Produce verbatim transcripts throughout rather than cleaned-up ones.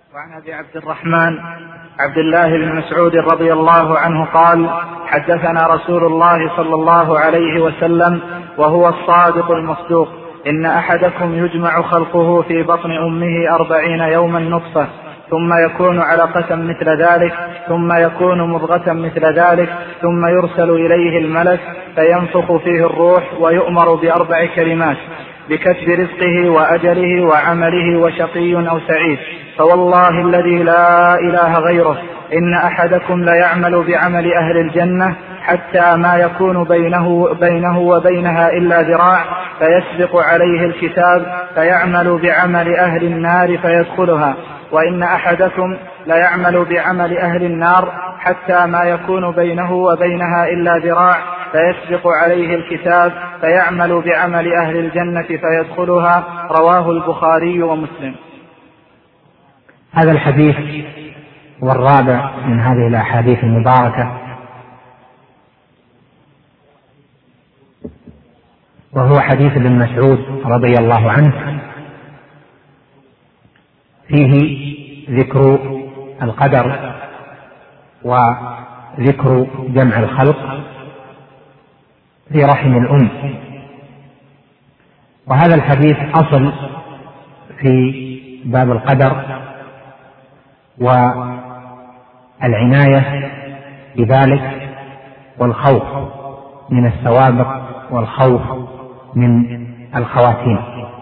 وعن أبي عبد الرحمن عبد الله بن مسعود رضي الله عنه قال: حدثنا رسول الله صلى الله عليه وسلم وهو الصادق المصدوق: إن أحدكم يجمع خلقه في بطن أمه أربعين يوما نطفة، ثم يكون علقة مثل ذلك، ثم يكون مضغة مثل ذلك، ثم يرسل إليه الملك فينفخ فيه الروح ويؤمر بأربع كلمات: بكتب رزقه وأجله وعمله وشقي أو سعيد. فوالله الذي لا إله غيره إن أحدكم ليعمل بعمل أهل الجنة حتى ما يكون بينه, بينه وبينها إلا ذراع، فيسبق عليه الكتاب فيعمل بعمل أهل النار فيدخلها، وإن أحدكم ليعمل بعمل أهل النار حتى ما يكون بينه وبينها إلا ذراع، فيسبق عليه الكتاب فيعمل بعمل أهل الجنة فيدخلها. رواه البخاري ومسلم. هذا الحديث والرابع من هذه الأحاديث المباركة، وهو حديث ابن مسعود رضي الله عنه، فيه ذكر القدر وذكر جمع الخلق في رحم الأم. وهذا الحديث أصل في باب القدر والعناية بذلك والخوف من السوابق والخوف من الخواتيم.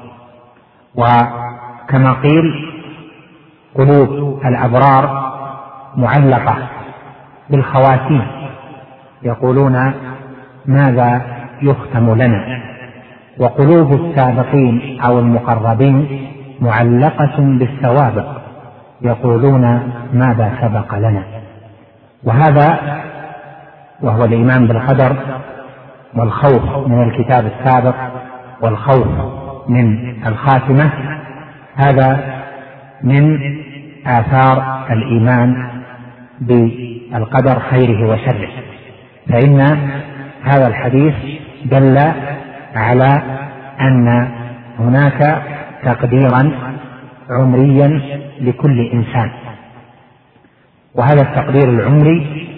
وكما قيل: قلوب الأبرار معلقة بالخواتيم، يقولون ماذا يختم لنا، وقلوب السابقين أو المقربين معلقة بالسوابق، يقولون ماذا سبق لنا. وهذا وهو الإيمان بالقدر والخوف من الكتاب السابق والخوف من الخاتمة، هذا من آثار الإيمان بالقدر خيره وشره. فإن هذا الحديث دل على أن هناك تقديرا عمريا لكل إنسان، وهذا التقدير العمري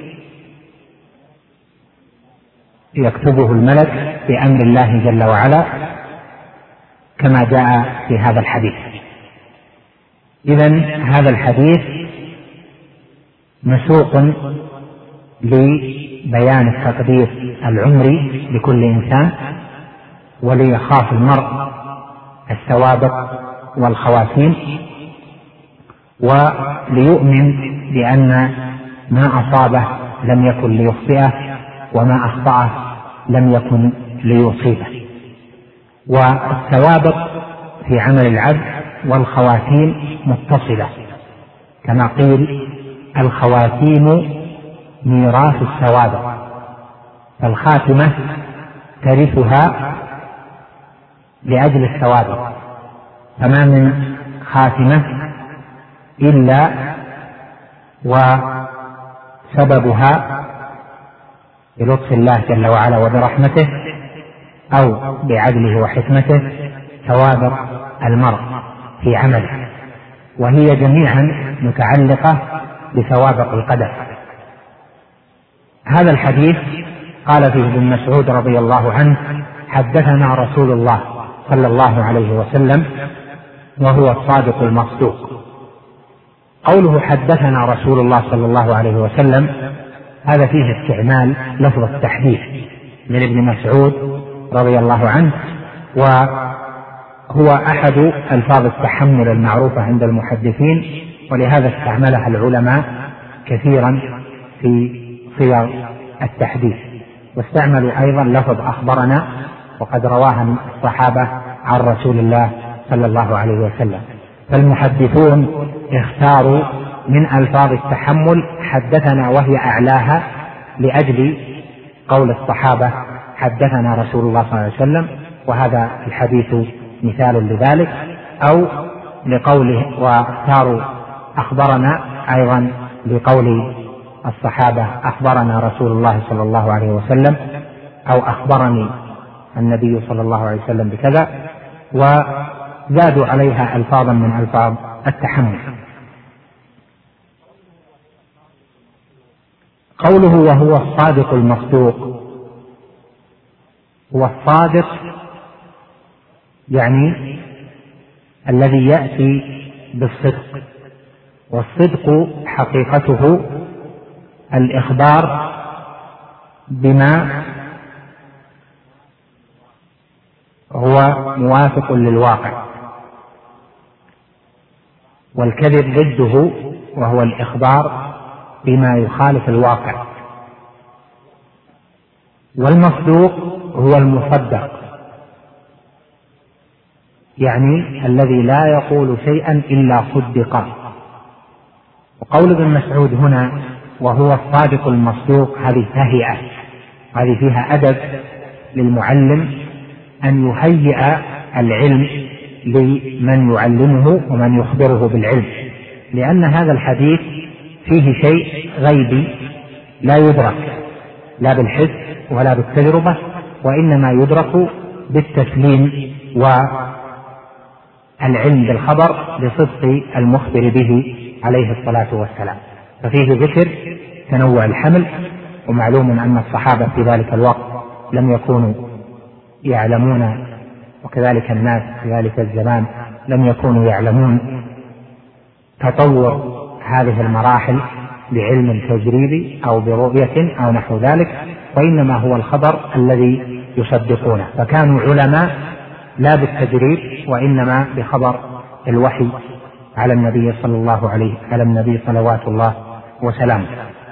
يكتبه الملك بأمر الله جل وعلا كما جاء في هذا الحديث. إذن هذا الحديث مسوق لبيان التقدير العمري لكل إنسان، وليخاف المرء السوابق والخواتيم، وليؤمن بأن ما أصابه لم يكن ليخطئه، وما أخطأه لم يكن ليصيبه. والسوابق في عمل العبد والخواتيم متصلة، كما قيل: الخواتيم ميراث السوابق، فالخاتمة ترثها لأجل السوابق، فما من خاتمة إلا وسببها بلطف الله جل وعلا وبرحمته أو بعدله وحكمته سوابق المرء في عمله، وهي جميعا متعلقة بسوابق القدر. هذا الحديث قال فيه ابن مسعود رضي الله عنه: حدثنا رسول الله صلى الله عليه وسلم وهو الصادق المصدوق. قوله حدثنا رسول الله صلى الله عليه وسلم هذا فيه استعمال لفظ التحديث من ابن مسعود رضي الله عنه، وهو أحد ألفاظ التحمل المعروفة عند المحدثين، ولهذا استعملها العلماء كثيرا في صيغ التحديث. واستعملوا أيضا لفظ أخبرنا، وقد رواها الصحابة عن رسول الله صلى الله عليه وسلم. فالمحدثون اختاروا من ألفاظ التحمل حدثنا وهي أعلاها، لأجل قول الصحابة حدثنا رسول الله صلى الله عليه وسلم، وهذا الحديث مثال لذلك. أو لقوله واختاروا أخبرنا أيضا لقول الصحابة أخبرنا رسول الله صلى الله عليه وسلم، أو أخبرني النبي صلى الله عليه وسلم بكذا، وزادوا عليها ألفاظا من ألفاظ التحمل. قوله وهو الصادق المصدوق، هو الصادق يعني الذي يأتي بالصدق، والصدق حقيقته الإخبار بما هو موافق للواقع، والكذب ضده وهو الإخبار بما يخالف الواقع. والمصدوق هو المصدق، يعني الذي لا يقول شيئا إلا صدق. وقول ابن مسعود هنا وهو الصادق المصدوق هذه تهيئة، هذه فيها أدب للمعلم أن يهيئ العلم لمن يعلمه ومن يخبره بالعلم، لأن هذا الحديث فيه شيء غيبي لا يدرك لا بالحس ولا بالتجربة، وإنما يدرك بالتسليم والعلم بالخبر بصدق المخبر به عليه الصلاة والسلام. ففيه ذكر تنوع الحمل، ومعلوم أن الصحابة في ذلك الوقت لم يكونوا يعلمون، وكذلك الناس في ذلك الزمان لم يكونوا يعلمون تطور هذه المراحل بعلم تجريبي أو برؤية أو نحو ذلك، وإنما هو الخبر الذي يصدقونه. فكانوا علماء لا بالتجريب وإنما بخبر الوحي على النبي صلى الله عليه على النبي صلوات الله وسلامه.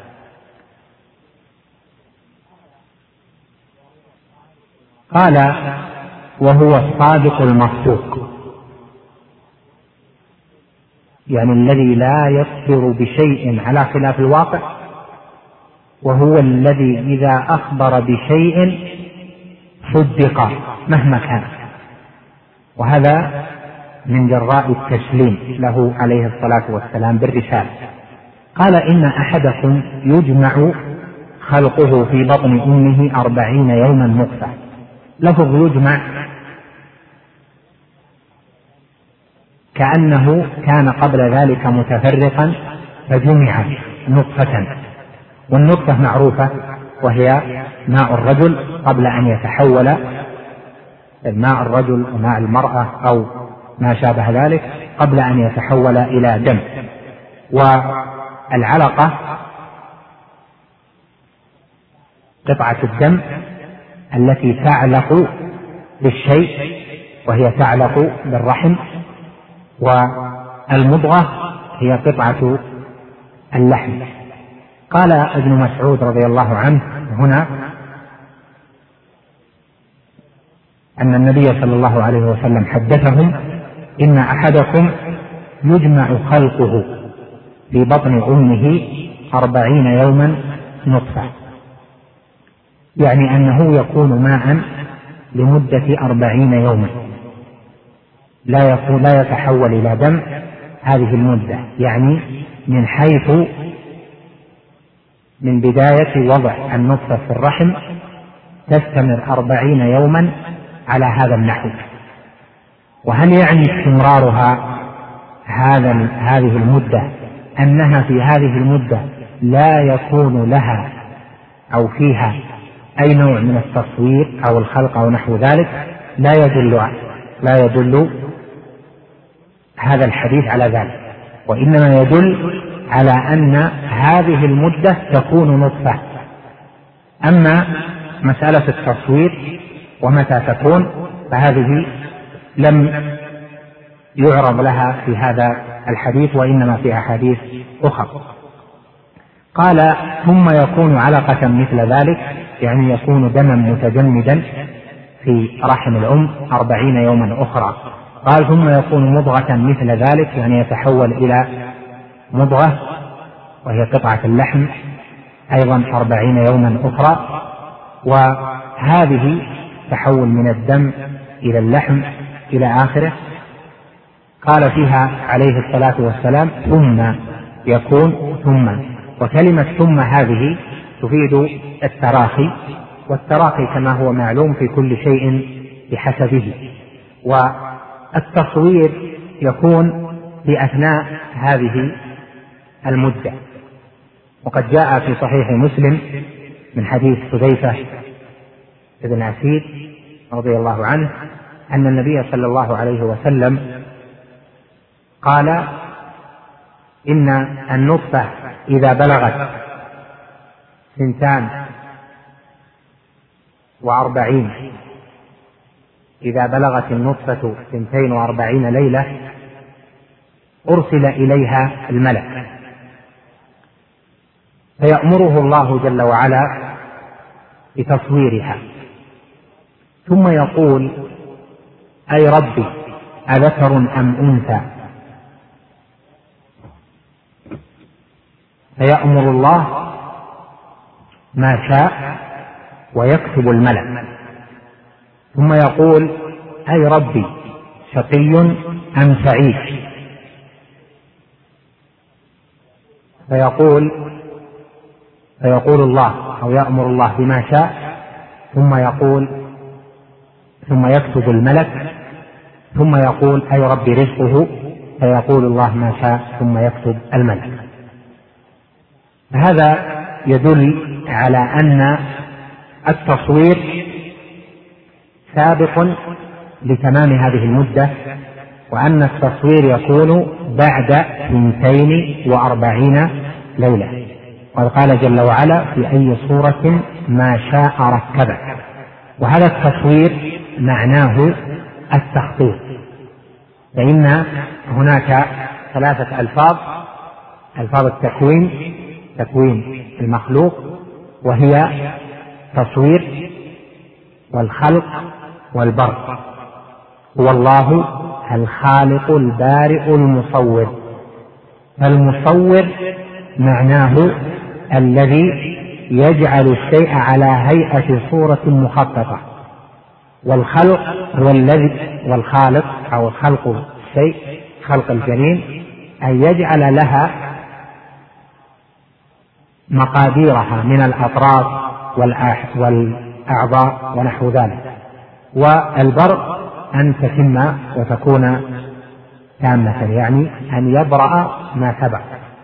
قال وهو الصادق المصدوق، يعني الذي لا يخبر بشيء على خلاف الواقع، وهو الذي إذا أخبر بشيء صدق مهما كان، وهذا من جراء التسليم له عليه الصلاة والسلام بالرسالة. قال إن أحدكم يجمع خلقه في بطن أمه أربعين يوما نطفة. لفظ يجمع كأنه كان قبل ذلك متفرقا فجمع نطفة، والنطفة معروفة وهي ماء الرجل قبل أن يتحول ماء الرجل وماء المرأة أو ما شابه ذلك قبل أن يتحول إلى دم. والعلقة قطعة الدم التي تعلق بالشيء وهي تعلق بالرحم، والمضغة هي قطعة اللحم. قال ابن مسعود رضي الله عنه هنا أن النبي صلى الله عليه وسلم حدثهم إن أحدكم يجمع خلقه في بطن أمه أربعين يوما نطفة، يعني أنه يكون ماء لمدة أربعين يوما، لا يكون لا يتحول إلى دم هذه المدة، يعني من حيث من بداية وضع النطفة في الرحم تستمر أربعين يوما على هذا النحو. وهل يعني استمرارها هذا هذه المدة أنها في هذه المدة لا يكون لها أو فيها أي نوع من التصوير أو الخلق أو نحو ذلك؟ لا يدل لا يدل هذا الحديث على ذلك، وإنما يدل على أن هذه المدة تكون نطفة. أما مسألة التصوير ومتى تكون فهذه لم يعرض لها في هذا الحديث، وإنما في أحاديث أخرى. قال ثم يكون علقة مثل ذلك، يعني يكون دما متجمدا في رحم الأم أربعين يوما أخرى. قال ثم يكون مضغة مثل ذلك، يعني يتحول إلى مضغة وهي قطعة اللحم أيضا أربعين يوما أخرى، وهذه تحول من الدم إلى اللحم إلى آخره. قال فيها عليه الصلاة والسلام ثم يكون ثم، وكلمة ثم هذه تفيد التراخي، والتراخي كما هو معلوم في كل شيء بحسبه. والتصوير يكون في أثناء هذه المدة، وقد جاء في صحيح مسلم من حديث حذيفة بن أسيد رضي الله عنه أن النبي صلى الله عليه وسلم قال إن النطفة إذا بلغت سنتان وأربعين إذا بلغت النطفة سنتين وأربعين ليلة أرسل إليها الملك فيأمره الله جل وعلا بتصويرها، ثم يقول: أي ربي أذكر أم أنثى؟ فيأمر الله ما شاء ويكتب الملك، ثم يقول: أي ربي شقي أم سعيد؟ فيقول فيقول الله أو يأمر الله بما شاء، ثم يقول ثم يكتب الملك، ثم يقول: أي ربي رزقه؟ فيقول الله ما شاء ثم يكتب الملك. هذا يدل على أن التصوير سابق لتمام هذه المدة، وأن التصوير يكون بعد اثنتين وأربعين ليلة. قد قال جل وعلا: في أي صورة ما شاء ركبه. وهذا التصوير معناه التخطيط، فإن هناك ثلاثة ألفاظ: ألفاظ التكوين، تكوين المخلوق، وهي تصوير والخلق والبرء. هو الله الخالق البارئ المصور. فالمصور معناه الذي يجعل الشيء على هيئة صورة مخططة، والخلق هو الذي والخالق أو خلق الشيء، خلق الجنين، أن يجعل لها مقاديرها من الأطراف والأعضاء ونحو ذلك. والبرء أن تتم وتكون تامة، يعني أن يبرأ ما سبق.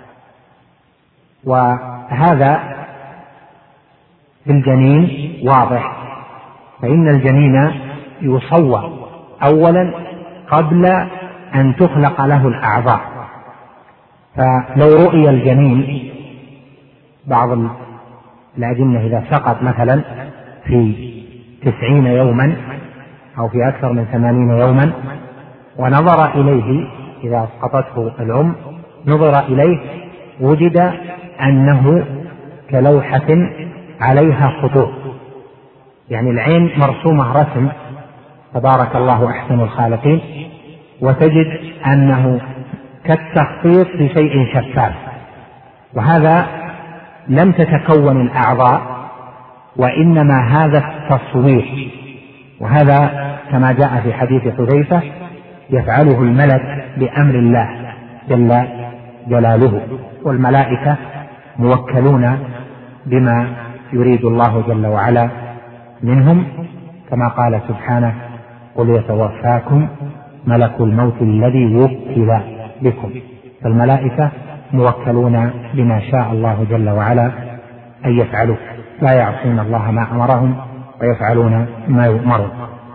وهذا في الجنين واضح، فإن الجنين يصور أولا قبل أن تخلق له الأعضاء. فلو رؤي الجنين، بعض الأجنة إذا سقط مثلا في تسعين يوما أو في أكثر من ثمانين يوما ونظر إليه، إذا اسقطته الأم نظر إليه وجد أنه كلوحة عليها خطوط، يعني العين مرسومة رسم، تبارك الله أحسن الخالقين، وتجد أنه كالتخطيط في شيء شفاف. وهذا لم تتكون الأعضاء، وإنما هذا التصوير. وهذا كما جاء في حديث حذيفة يفعله الملك بأمر الله جل جلاله، والملائكة موكلون بما يريد الله جل وعلا منهم، كما قال سبحانه: قل يتوفاكم ملك الموت الذي وكل بكم. فالملائكة موكلون بما شاء الله جل وعلا أن يفعلوا، لا يعصون الله ما أمرهم ويفعلون ما يؤمرون.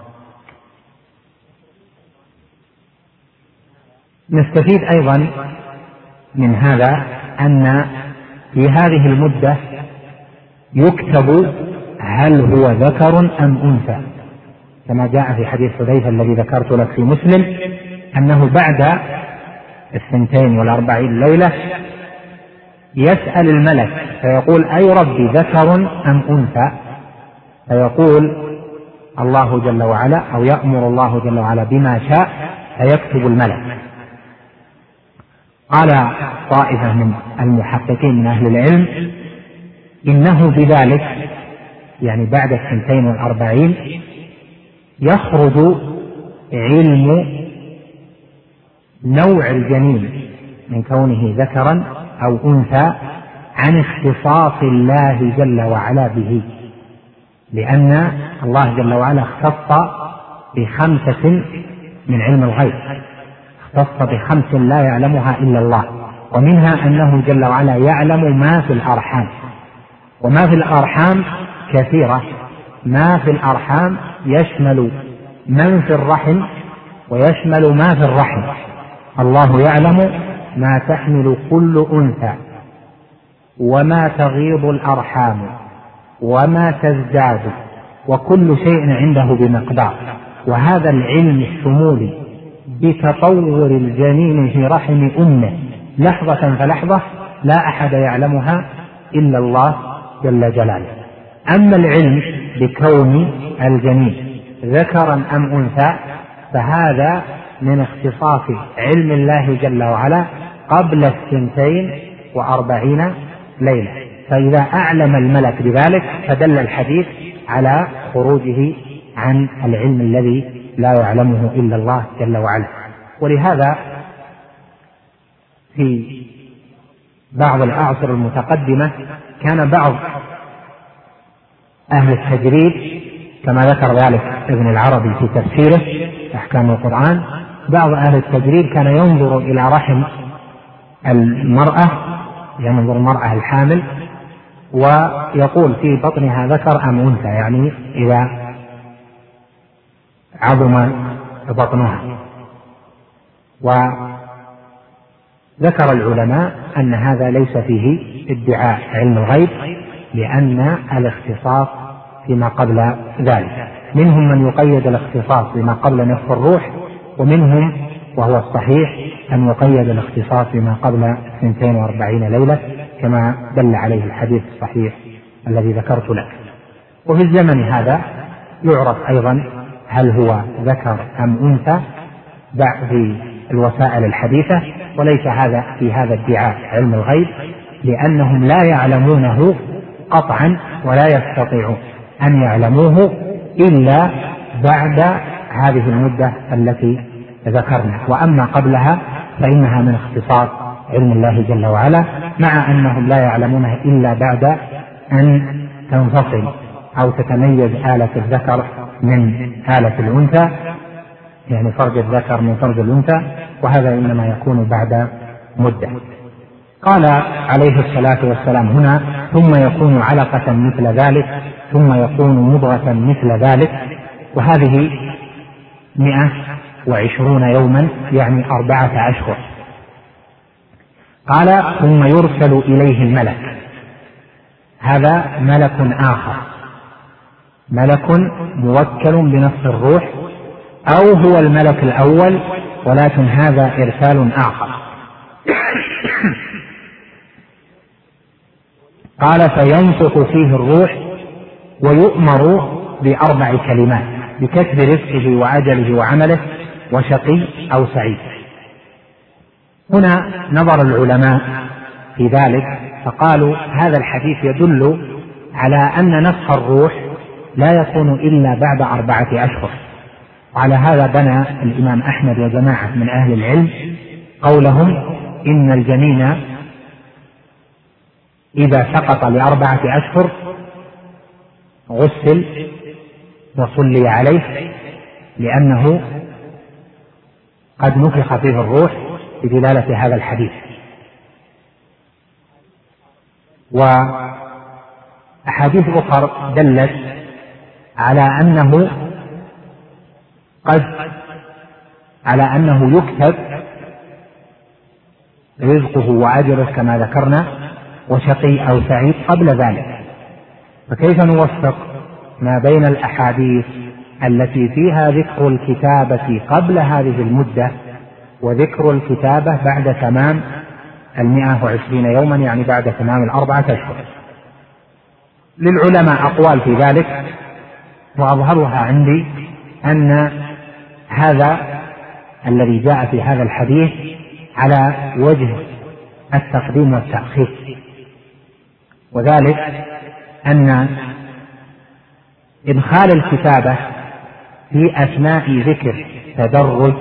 نستفيد أيضا من هذا أن في هذه المدة يكتب هل هو ذكر أم أنثى، كما جاء في حديث حذيفة الذي ذكرت لك في مسلم، أنه بعد الثنتين والأربعين ليلة يسأل الملك فيقول: أي ربي ذكر أم أنثى؟ فيقول الله جل وعلا أو يأمر الله جل وعلا بما شاء فيكتب الملك. قال طائفة من المحققين من أهل العلم إنه بذلك، يعني بعد الثنتين والأربعين، يخرج علم نوع الجنين من كونه ذكرا أو أنثى عن اختصاص الله جل وعلا به، لأن الله جل وعلا اختص بخمسة من علم الغيب، اختص بخمس لا يعلمها إلا الله، ومنها أنه جل وعلا يعلم ما في الأرحام، وما في الأرحام كثيرة. ما في الأرحام يشمل من في الرحم ويشمل ما في الرحم. الله يعلم ما تحمل كل أنثى وما تغيض الأرحام وما تزداد، وكل شيء عنده بمقدار. وهذا العلم الشمولي بتطور الجنين في رحم أمه لحظة فلحظة لا أحد يعلمها إلا الله جل جلاله. أما العلم بكون الجنين ذكرا أم أنثى فهذا من اختصاص علم الله جل وعلا قبل الثنتين وأربعين ليلة. فإذا أعلم الملك بذلك فدل الحديث على خروجه عن العلم الذي لا يعلمه إلا الله جل وعلا. ولهذا في بعض الأعصر المتقدمة كان بعض أهل التجريد كما ذكر ذلك ابن العربي في تفسيره أحكام القرآن، بعض أهل التجريد كان ينظر إلى رحم المرأة، ينظر المرأة الحامل ويقول في بطنها ذكر أم أنثى، يعني إذا عظم بطنها. وذكر العلماء أن هذا ليس فيه ادعاء علم الغيب، لأن الاختصاص فيما قبل ذلك. منهم من يقيد الاختصاص بما قبل نصف الروح، ومنهم وهو الصحيح أن يقيد الاختصاص بما قبل اثنتين وأربعين ليلة كما دل عليه الحديث الصحيح الذي ذكرت لك. وفي الزمن هذا يعرف أيضا هل هو ذكر أم أنثى في الوسائل الحديثة، وليس هذا في هذا ادعاء علم الغيب، لأنهم لا يعلمونه قطعا ولا يستطيعون أن يعلموه إلا بعد هذه المدة التي ذكرنا. وأما قبلها فإنها من اختصاص علم الله جل وعلا، مع أنهم لا يعلمونه إلا بعد أن تنفصل أو تتميز آلة الذكر من آلة الأنثى، يعني فرج الذكر من فرج الأنثى، وهذا إنما يكون بعد مدة. قال عليه الصلاة والسلام هنا ثم يكون علقة مثل ذلك ثم يكون مضغة مثل ذلك، وهذه مئة وعشرون يوما يعني أربعة أشهر. قال ثم يرسل إليه الملك، هذا ملك آخر، ملك موكل بنفس الروح، أو هو الملك الأول ولكن هذا إرسال آخر. قال فينفخ فيه الروح ويؤمر بأربع كلمات بكتب رزقه وأجله وعمله وشقي أو سعيد. هنا نظر العلماء في ذلك فقالوا هذا الحديث يدل على أن نفخ الروح لا يكون إلا بعد أربعة أشهر. وعلى هذا بنى الإمام أحمد وجماعة من أهل العلم قولهم إن الجنين إذا سقط لأربعة أشهر غسل وصلي عليه، لأنه قد نفخ فيه الروح بدلالة هذا الحديث. وأحاديث أخرى دلت على أنه قد على أنه يكتب رزقه وأجره كما ذكرنا وشقي أو سعيد قبل ذلك. فكيف نوفق ما بين الأحاديث التي فيها ذكر الكتابة قبل هذه المدة وذكر الكتابة بعد تمام المئة وعشرين يوما، يعني بعد تمام الأربعة أشهر؟ للعلماء أقوال في ذلك، وأظهرها عندي أن هذا الذي جاء في هذا الحديث على وجه التقديم والتأخير، وذلك أن إدخال الكتابة في أثناء ذكر تدرج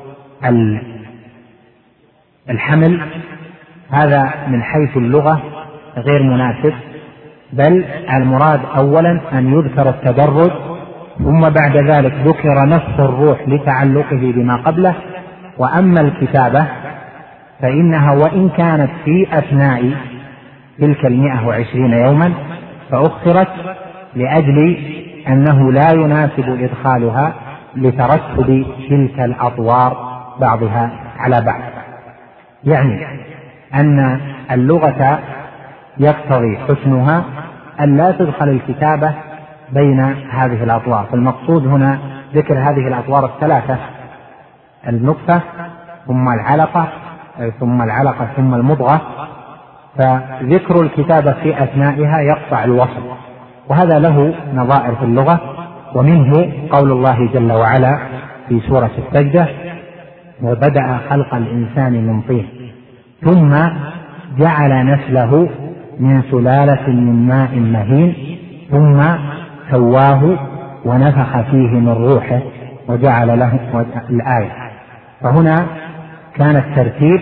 الحمل هذا من حيث اللغة غير مناسب، بل المراد أولا أن يذكر التدرج ثم بعد ذلك ذكر نفخ الروح لتعلقه بما قبله، وأما الكتابة فإنها وإن كانت في أثناء تلك المئة وعشرين يوما فأخرت لأجل أنه لا يناسب إدخالها لترتب تلك الأطوار بعضها على بعض. يعني أن اللغة يقتضي حسنها أن لا تدخل الكتابة بين هذه الأطوار، فالمقصود هنا ذكر هذه الأطوار الثلاثة: النطفة ثم العلقة ثم العلقة ثم المضغة، فذكر الكتابة في أثنائها يقطع الوصل، وهذا له نظائر في اللغة، ومنه قول الله جل وعلا في سورة السجدة: وبدأ خلق الإنسان من طين ثم جعل نسله من سلالة من ماء مهين ثم سواه ونفخ فيه من روحه وجعل له الآية. فهنا كان الترتيب: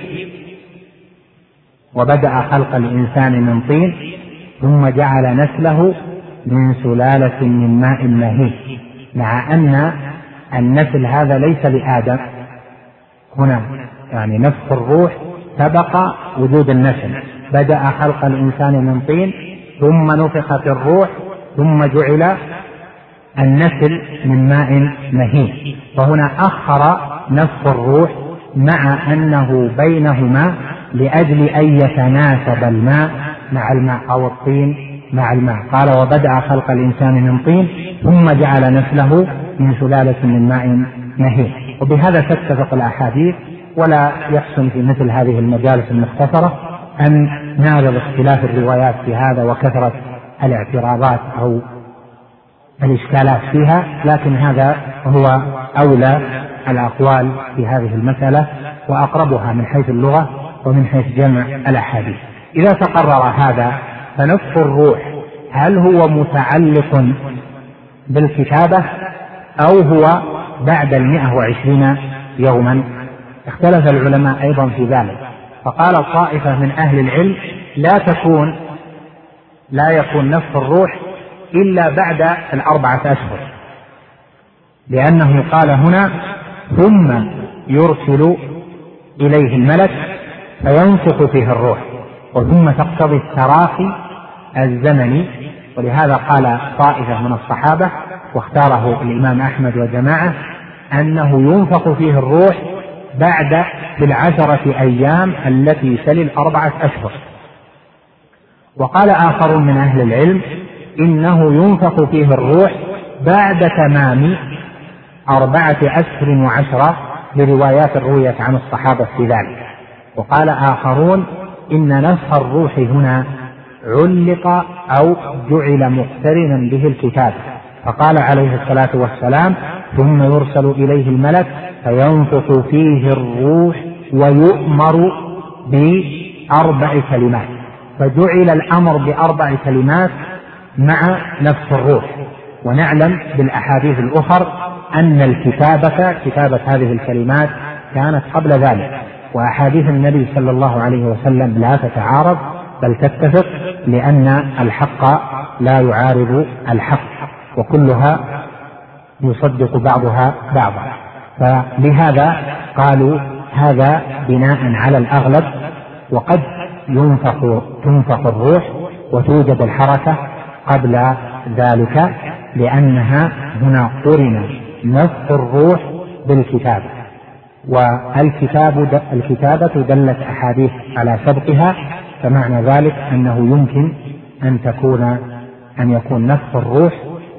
وبدأ خلق الإنسان من طين ثم جعل نسله من سلالة من ماء مهين، مع أن النسل هذا ليس لآدم هنا، يعني نفخ الروح سبق وجود النسل. بدأ خلق الإنسان من طين ثم نفخ في الروح ثم جعل النسل من ماء مهين، فهنا أخر نفخ الروح مع أنه بينهما لأجل أن يتناسب الماء مع الماء أو الطين مع الماء. قال: وبدأ خلق الإنسان من طين ثم جعل نسله من سلالة من ماء مهين. وبهذا تتفق الأحاديث، ولا يحسن في مثل هذه المجالس المختصرة أن نعرض اختلاف الروايات في هذا وكثرة الاعتراضات أو الإشكالات فيها، لكن هذا هو أولى الأقوال في هذه المسألة وأقربها من حيث اللغة ومن حيث جمع الأحاديث. إذا تقرر هذا فنفخ الروح هل هو متعلق بالكتابة أو هو بعد المئة وعشرين يوما؟ اختلف العلماء أيضا في ذلك، فقال طائفة من أهل العلم: لا تكون لا يكون نفخ الروح إلا بعد الأربعة أشهر، لأنه قال هنا: ثم يرسل إليه الملك فينفخ فيه الروح، وثم تقتضي التراخي الزمني، ولهذا قال طائفة من الصحابة واختاره الإمام أحمد وجماعة أنه ينفخ فيه الروح بعد في العشرة أيام التي تلي الأربعة أشهر. وقال آخر من أهل العلم إنه ينفخ فيه الروح بعد تمام أربعة أشهر وعشرة لروايات رويت عن الصحابة في ذلك. وقال آخرون إن نفخ الروح هنا علق أو جعل مقترنا به الكتاب، فقال عليه الصلاة والسلام: ثم يرسل إليه الملك فينفخ فيه الروح ويؤمر بأربع كلمات، فجعل الأمر بأربع كلمات مع نفخ الروح. ونعلم بالأحاديث الأخر أن الكتابة كتابة هذه الكلمات كانت قبل ذلك، وأحاديث النبي صلى الله عليه وسلم لا تتعارض بل تتفق، لأن الحق لا يعارض الحق، وكلها يصدق بعضها بعضا. فلهذا قالوا هذا بناء على الأغلب، وقد ينفخ تنفخ الروح وتوجد الحركة قبل ذلك، لأنها هنا قرن نفخ الروح بالكتابة، والكتاب الكتابة دلت أحاديث على سبقها، فمعنى ذلك أنه يمكن أن تكون أن يكون نفخ الروح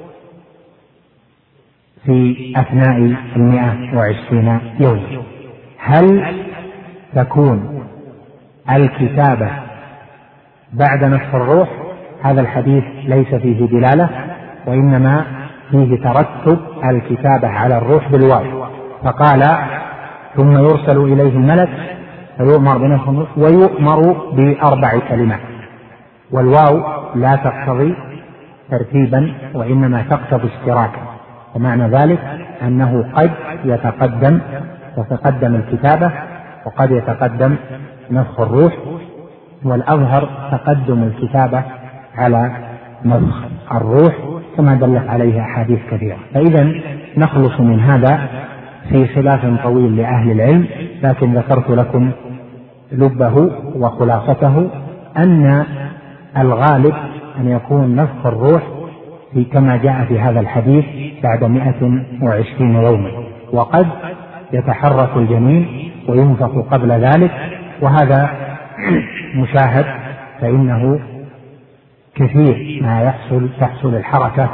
في أثناء المئة وعشرين يوم. هل تكون الكتابة بعد نفخ الروح؟ هذا الحديث ليس فيه دلالة، وإنما فيه ترتب الكتابة على الروح بالواو، فقال: ثم يرسل إليه الملك فيؤمر بنفخ الروح ويؤمر بأربع كلمات، والواو لا تقتضي ترتيبا وإنما تقتضي اشتراكا، ومعنى ذلك أنه قد يتقدم تتقدم الكتابة وقد يتقدم نفخ الروح، والأظهر تقدم الكتابة على نفخ الروح كما دلت عليه أحاديث كثيرة. فإذا نخلص من هذا في خلاف طويل لأهل العلم، لكن ذكرت لكم لبه وخلاصته أن الغالب أن يكون نفخ الروح في كما جاء في هذا الحديث بعد مئة وعشرين يوما، وقد يتحرك الجنين وينفخ قبل ذلك، وهذا مشاهد، فإنه كثير ما يحصل تحصل الحركة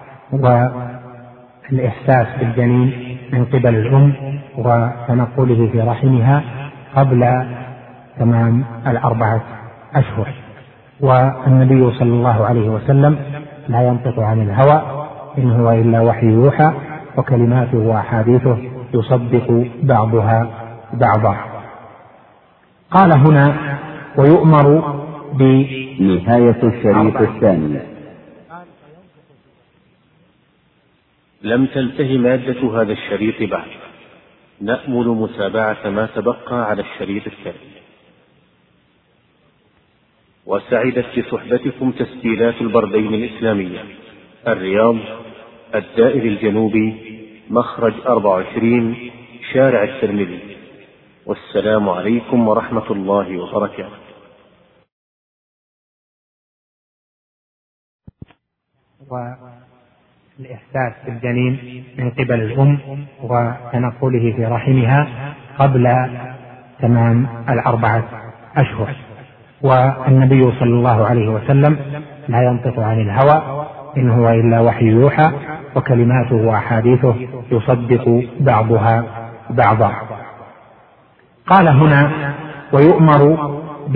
والإحساس بالجنين من قبل الأم وتنقله في رحمها قبل تمام الأربعة أشهر. والنبي صلى الله عليه وسلم لا ينطق عن الهوى إن هو إلا وحي يوحى وكلماته وأحاديثه يصدق بعضها بعضا. قال هنا ويؤمر بنهاية الشريط الثاني. لم تنتهي مادة هذا الشريط بعد، نأمل متابعة ما تبقى على الشريط الثاني. وسعدت بصحبتكم تسجيلات البردين الإسلامية، الرياض، الدائر الجنوبي، مخرج أربعة وعشرين، شارع الترمذي. والسلام عليكم ورحمة الله وبركاته. والإحساس بالجنين من قبل الأم وتنقله في رحمها قبل تمام الأربعة أشهر. والنبي صلى الله عليه وسلم لا ينطق عن الهوى إن هو إلا وحي يوحى وكلماته وأحاديثه يصدق بعضها بعضا. قال هنا ويؤمر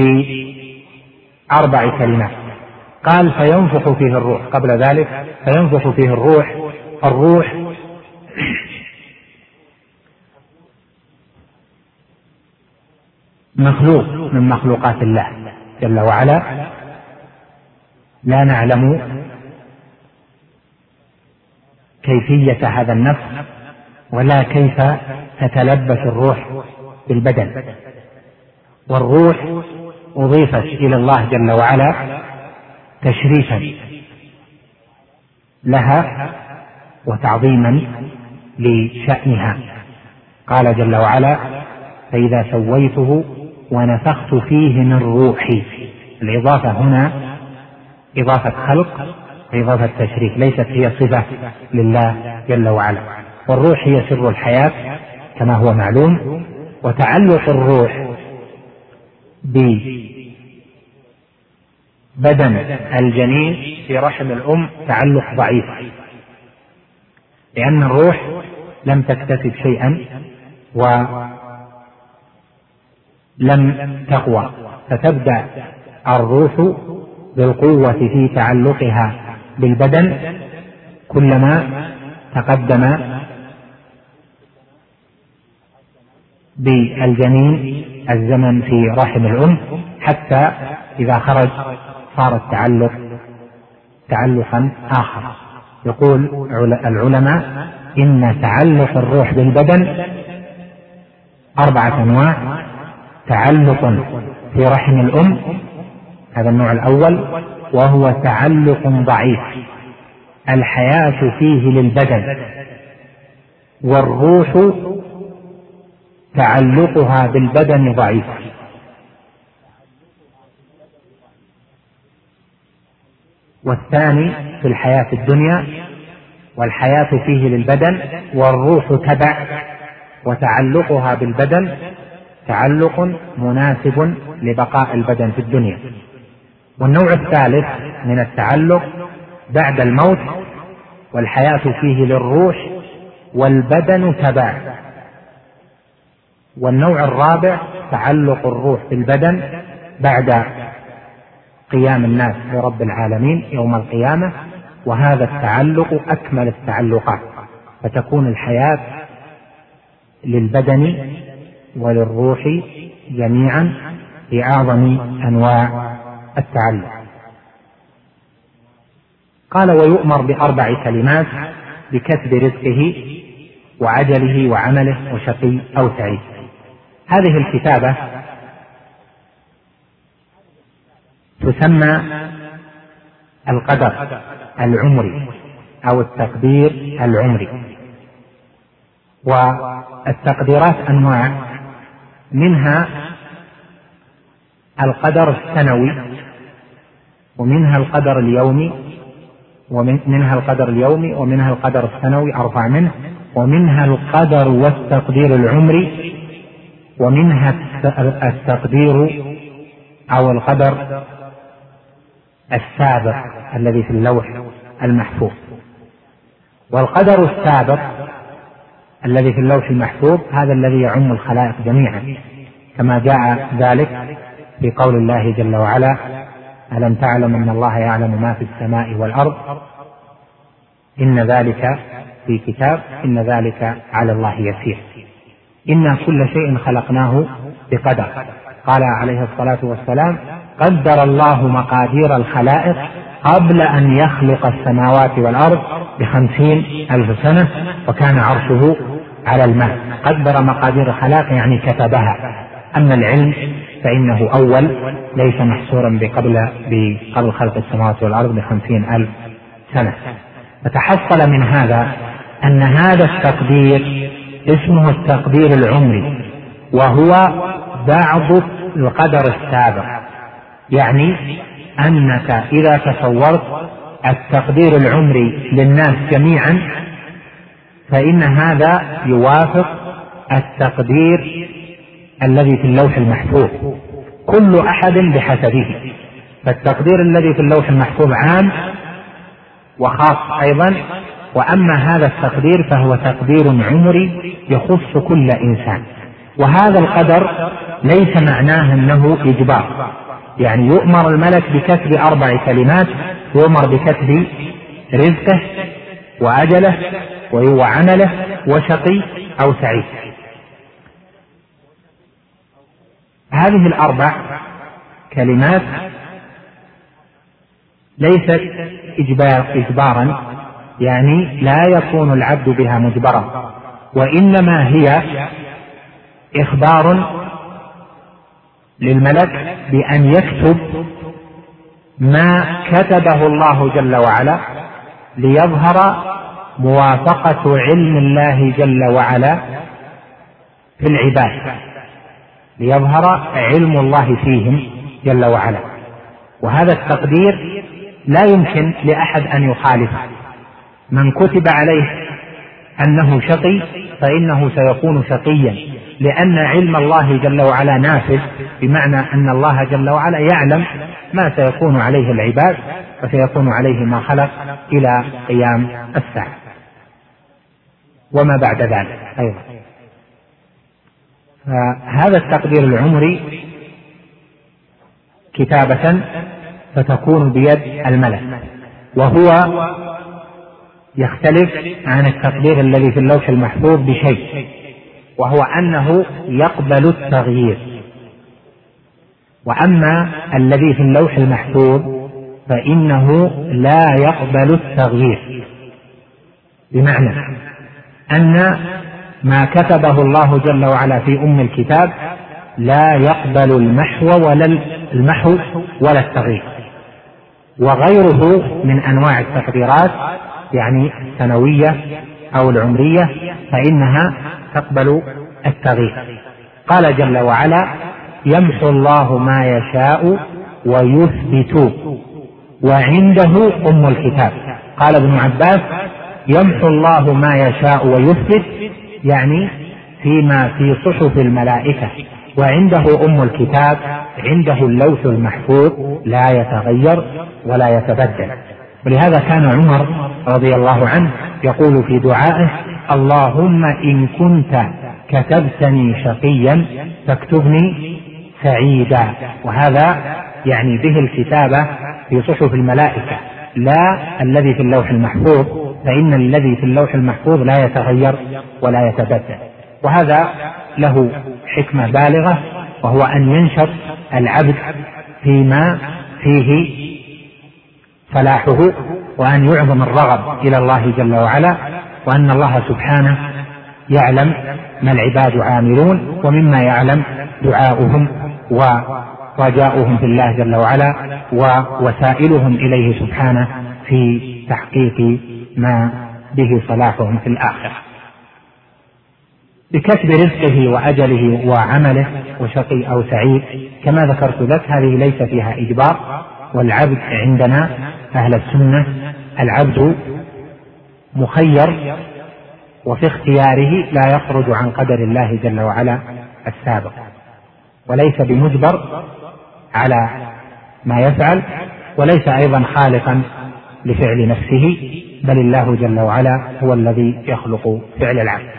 بأربع كلمات. قال فينفخ فيه الروح، قبل ذلك فينفخ فيه الروح. الروح مخلوق من مخلوقات الله جل وعلا، لا نعلم كيفية هذا النفخ ولا كيف تتلبس الروح بالبدن. والروح أضيفت إلى الله جل وعلا تشريفا لها وتعظيما لشأنها. قال جل وعلا فإذا سويته ونفخت فيه من روحي. الإضافة هنا إضافة خلق وإضافة تشريف، ليست هي صفة لله جل وعلا. والروح هي سر الحياة كما هو معلوم، وتعلق الروح ببدن الجنين في رحم الأم تعلق ضعيف، لأن الروح لم تكتسب شيئا ولم تقوى، فتبدأ الروح بالقوة في تعلقها بالبدن كلما تقدم بالجنين الزمن في رحم الأم، حتى إذا خرج صار التعلق تعلقا آخر. يقول العلماء إن تعلق الروح بالبدن أربعة أنواع: تعلق في رحم الأم، هذا النوع الأول، وهو تعلق ضعيف الحياة فيه للبدن، والروح تعلقها بالبدن ضعيف. والثاني في الحياة الدنيا والحياة فيه للبدن والروح تبع، وتعلقها بالبدن تعلق مناسب لبقاء البدن في الدنيا. والنوع الثالث من التعلق بعد الموت والحياة فيه للروح والبدن تبع. والنوع الرابع تعلق الروح بالبدن بعد قيام الناس لرب العالمين يوم القيامة، وهذا التعلق أكمل التعلقات، فتكون الحياة للبدن وللروح جميعا في أعظم أنواع التعلق. قال ويؤمر بأربع كلمات: بكسب رزقه وعجله وعمله وشقي أو سعيد. هذه الكتابة تسمى القدر العمري أو التقدير العمري. والتقديرات أنواع، منها القدر السنوي، ومنها القدر اليومي، ومنها القدر اليومي ومنها القدر السنوي أرفع منه، ومنها القدر والتقدير العمري، ومنها التقدير أو القدر السابق الذي في اللوح المحفوظ. والقدر السابق الذي في اللوح المحفوظ هذا الذي يعم الخلائق جميعا، كما جاء ذلك في قول الله جل وعلا: ألم تعلم أن الله يعلم ما في السماء والأرض إن ذلك في كتاب إن ذلك على الله يسير. إنا كل شيء خلقناه بقدر. قال عليه الصلاة والسلام: قدر الله مقادير الخلائق قبل أن يخلق السماوات والأرض بخمسين ألف سنة وكان عرشه على الماء. قدر مقادير الخلائق يعني كتبها. أما العلم فإنه أول ليس محصورا بقبل بقبل خلق السماوات والأرض بخمسين ألف سنة. فتحصل من هذا أن هذا التقدير اسمه التقدير العمري، وهو بعض القدر السابق. يعني أنك إذا تصورت التقدير العمري للناس جميعا فإن هذا يوافق التقدير الذي في اللوح المحفوظ، كل أحد بحسبه. فالتقدير الذي في اللوح المحفوظ عام وخاص أيضا، وأما هذا التقدير فهو تقدير عمري يخص كل إنسان. وهذا القدر ليس معناه أنه إجبار، يعني يؤمر الملك بكتب أربع كلمات، يؤمر بكتب رزقه وأجله وعمله وشقي أو سعيد. هذه الأربع كلمات ليست إجبار إجبارا، يعني لا يكون العبد بها مجبرا، وإنما هي إخبار للملك بأن يكتب ما كتبه الله جل وعلا ليظهر موافقة علم الله جل وعلا في العباد، ليظهر علم الله فيهم جل وعلا. وهذا التقدير لا يمكن لأحد أن يخالفه. من كتب عليه أنه شقي فإنه سيكون شقيا، لأن علم الله جل وعلا نافذ، بمعنى أن الله جل وعلا يعلم ما سيكون عليه العباد وسيكون عليه ما خلق إلى قيام الساعة وما بعد ذلك أيضا. فهذا التقدير العمري كتابة فتكون بيد الملك، وهو يختلف عن التقدير الذي في اللوح المحفوظ بشيء، وهو أنه يقبل التغيير. وأما الذي في اللوح المحفوظ فإنه لا يقبل التغيير، بمعنى أن ما كتبه الله جل وعلا في أم الكتاب لا يقبل المحو ولا المحو ولا التغيير. وغيره من أنواع التقديرات يعني السنوية أو العمرية فإنها تقبل التغيير. قال جل وعلا: يمحو الله ما يشاء ويثبت وعنده أم الكتاب. قال ابن عباس: يمحو الله ما يشاء ويثبت يعني فيما في صحف الملائكة، وعنده أم الكتاب عنده اللوح المحفوظ لا يتغير ولا يتبدل. ولهذا كان عمر رضي الله عنه يقول في دعائه: اللهم إن كنت كتبتني شقيا فاكتبني سعيدا. وهذا يعني به الكتابة في صحف الملائكة لا الذي في اللوح المحفوظ، فإن الذي في اللوح المحفوظ لا يتغير ولا يتبدل. وهذا له حكمة بالغة، وهو أن ينشط العبد فيما فيه فلاحه، وأن يعظم الرغب إلى الله جل وعلا، وأن الله سبحانه يعلم ما العباد عاملون، ومما يعلم دعاؤهم ورجاؤهم في الله جل وعلا ووسائلهم إليه سبحانه في تحقيق ما به صلاحهم في الآخرة. بكسب رزقه وأجله وعمله وشقي أو سعيد كما ذكرت لك، هذه ليس فيها إجبار. والعبد عندنا أهل السنة العبد مخير، وفي اختياره لا يخرج عن قدر الله جل وعلا السابق، وليس بمجبر على ما يفعل، وليس أيضا خالقا لفعل نفسه، بل الله جل وعلا هو الذي يخلق فعل العبد.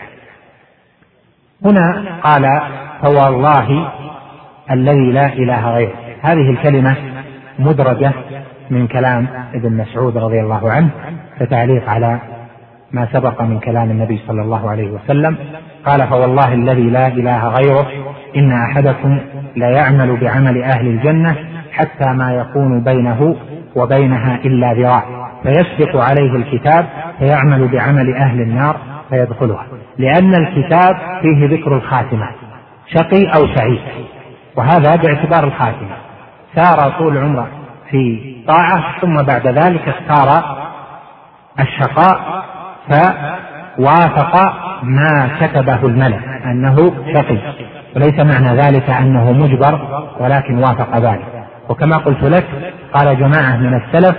هنا قال فوالله الذي لا إله غيره، هذه الكلمة مدرجة من كلام ابن مسعود رضي الله عنه كتعليق على ما سبق من كلام النبي صلى الله عليه وسلم. قال فوالله الذي لا إله غيره إن أحدكم لا يعمل بعمل أهل الجنة حتى ما يكون بينه وبينها إلا ذراع، فيسبق عليه الكتاب فيعمل بعمل أهل النار فيدخلها، لأن الكتاب فيه ذكر الخاتمة شقي أو سعيد، وهذا باعتبار الخاتمة. سار طول عمره في طاعة ثم بعد ذلك اختار الشقاء فوافق ما كتبه الملك أنه شقي، وليس معنى ذلك أنه مجبر ولكن وافق ذلك. وكما قلت لك قال جماعة من السلف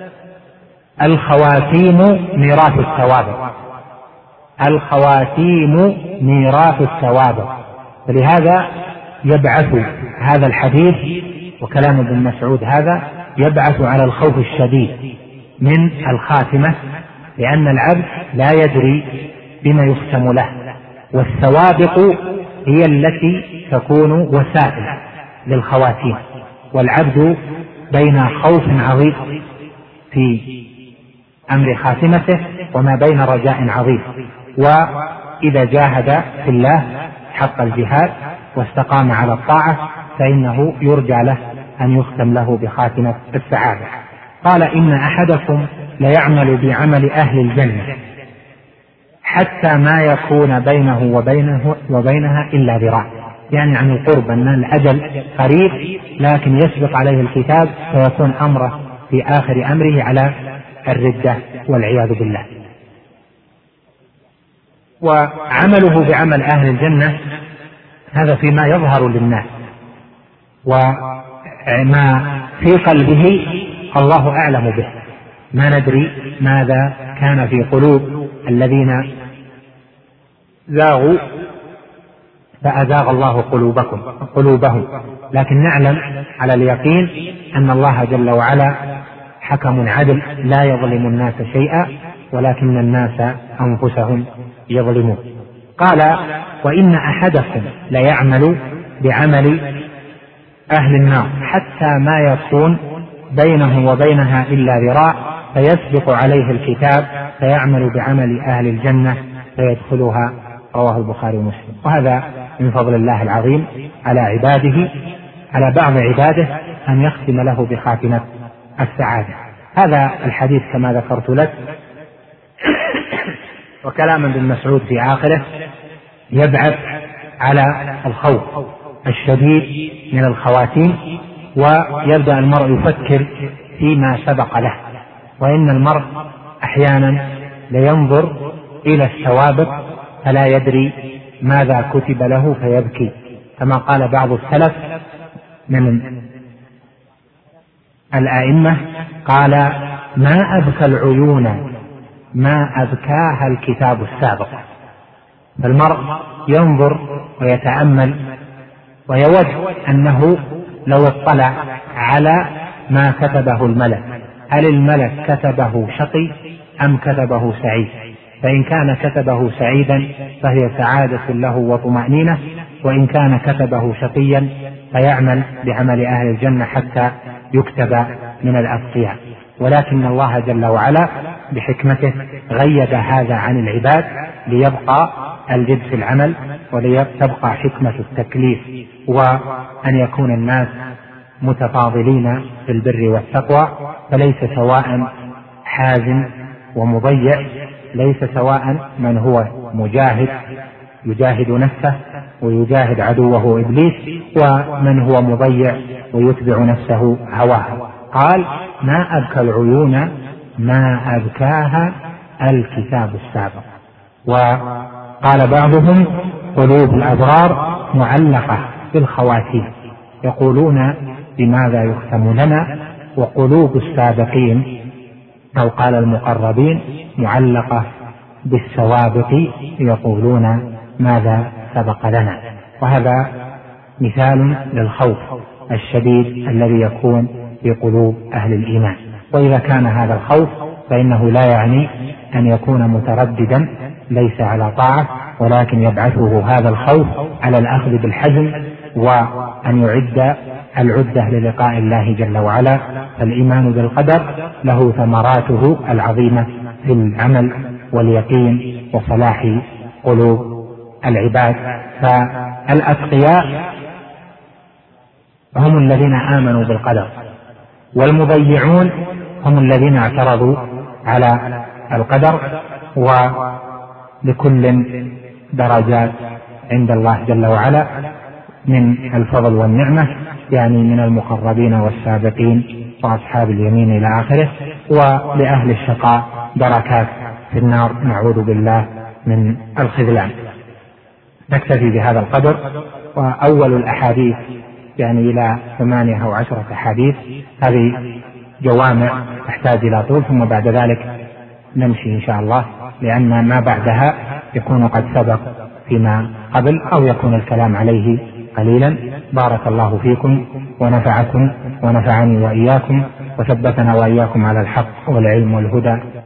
الخواتيم ميراث السوابق، الخواتيم ميراث السوابق، ولهذا يبعث هذا الحديث وكلام ابن مسعود هذا يبعث على الخوف الشديد من الخاتمة، لأن العبد لا يدري بما يختم له، والسوابق هي التي تكون وسائل للخواتيم، والعبد بين خوف عظيم في أمر خاتمته وما بين رجاء عظيم. وإذا جاهد في الله حق الجهاد واستقام على الطاعة فإنه يرجى له أن يختم له بخاتمة السعادة. قال إن أحدكم ليعمل بعمل أهل الجنة حتى ما يكون بينه وبينه وبينها إلا ذراع، يعني عن القرب أن الأجل قريب لكن يسبق عليه الكتاب فيكون أمره في آخر أمره على الردة والعياذ بالله. وعمله بعمل أهل الجنة هذا فيما يظهر للناس، وما في قلبه الله أعلم به، ما ندري ماذا كان في قلوب الذين زاغوا فأزاغ الله قلوبكم قلوبهم، لكن نعلم على اليقين أن الله جل وعلا حكم عدل لا يظلم الناس شيئا ولكن الناس أنفسهم يظلمون. قال وإن أحدكم ليعمل بعمل أهل النار حتى ما يكون بينه وبينها إلا ذراع فيسبق عليه الكتاب فيعمل بعمل أهل الجنة فيدخلها، رواه البخاري ومسلم. وهذا من فضل الله العظيم على عباده، على بعض عباده أن يختم له بخاتمة السعادة. هذا الحديث كما ذكرت لك وكلام ابن مسعود في آخره يبعث على الخوف الشديد من الخواتيم، ويبدأ المرء يفكر فيما سبق له، وإن المرء أحيانا لينظر إلى السوابق فلا يدري ماذا كتب له فيبكي، كما قال بعض السلف من الأئمة قال ما أبكى العيون ما أبكاها الكتاب السابق. فالمرء ينظر ويتأمل ويود أنه لو اطلع على ما كتبه الملك، هل الملك كتبه شقي أم كتبه سعيد؟ فإن كان كتبه سعيدا فهي سعادة له وطمأنينة، وإن كان كتبه شقيا فيعمل بعمل أهل الجنة حتى يكتب من الأتقياء. ولكن الله جل وعلا بحكمته غيب هذا عن العباد ليبقى الجد في العمل وليبقى حكمة التكليف، وأن يكون الناس متفاضلين في البر والتقوى، فليس سواء حازم ومضيع، ليس سواء من هو مجاهد يجاهد نفسه ويجاهد عدوه إبليس ومن هو مضيع ويتبع نفسه هواه. قال ما أبكى العيون ما أبكاها الكتاب السابق. وقال بعضهم قلوب الأبرار معلقة بالخواتيم، يقولون بماذا يختم لنا، وقلوب السابقين أو قال المقربين معلقة بالسوابق، يقولون ماذا سبق لنا. وهذا مثال للخوف الشديد الذي يكون في قلوب أهل الإيمان. وإذا كان هذا الخوف فإنه لا يعني أن يكون مترددا ليس على طاعة، ولكن يبعثه هذا الخوف على الأخذ بالحزم وأن يعد العدة للقاء الله جل وعلا. فالإيمان بالقدر له ثمراته العظيمة في العمل واليقين وصلاح قلوب العباد. فالأتقياء هم الذين آمنوا بالقدر، والمضيعون هم الذين اعترضوا على القدر، ولكل درجات عند الله جل وعلا من الفضل والنعمة، يعني من المقربين والسابقين وأصحاب اليمين إلى آخره. ولأهل الشقاء دركات في النار، نعوذ بالله من الخذلان. نكتفي بهذا القدر. وأول الأحاديث يعني إلى ثمانية أو عشرة أحاديث، هذه جوامع تحتاج إلى طول، ثم بعد ذلك نمشي إن شاء الله، لأن ما بعدها يكون قد سبق فيما قبل أو يكون الكلام عليه قليلا. بارك الله فيكم ونفعكم ونفعني وإياكم وثبتنا وإياكم على الحق والعلم والهدى.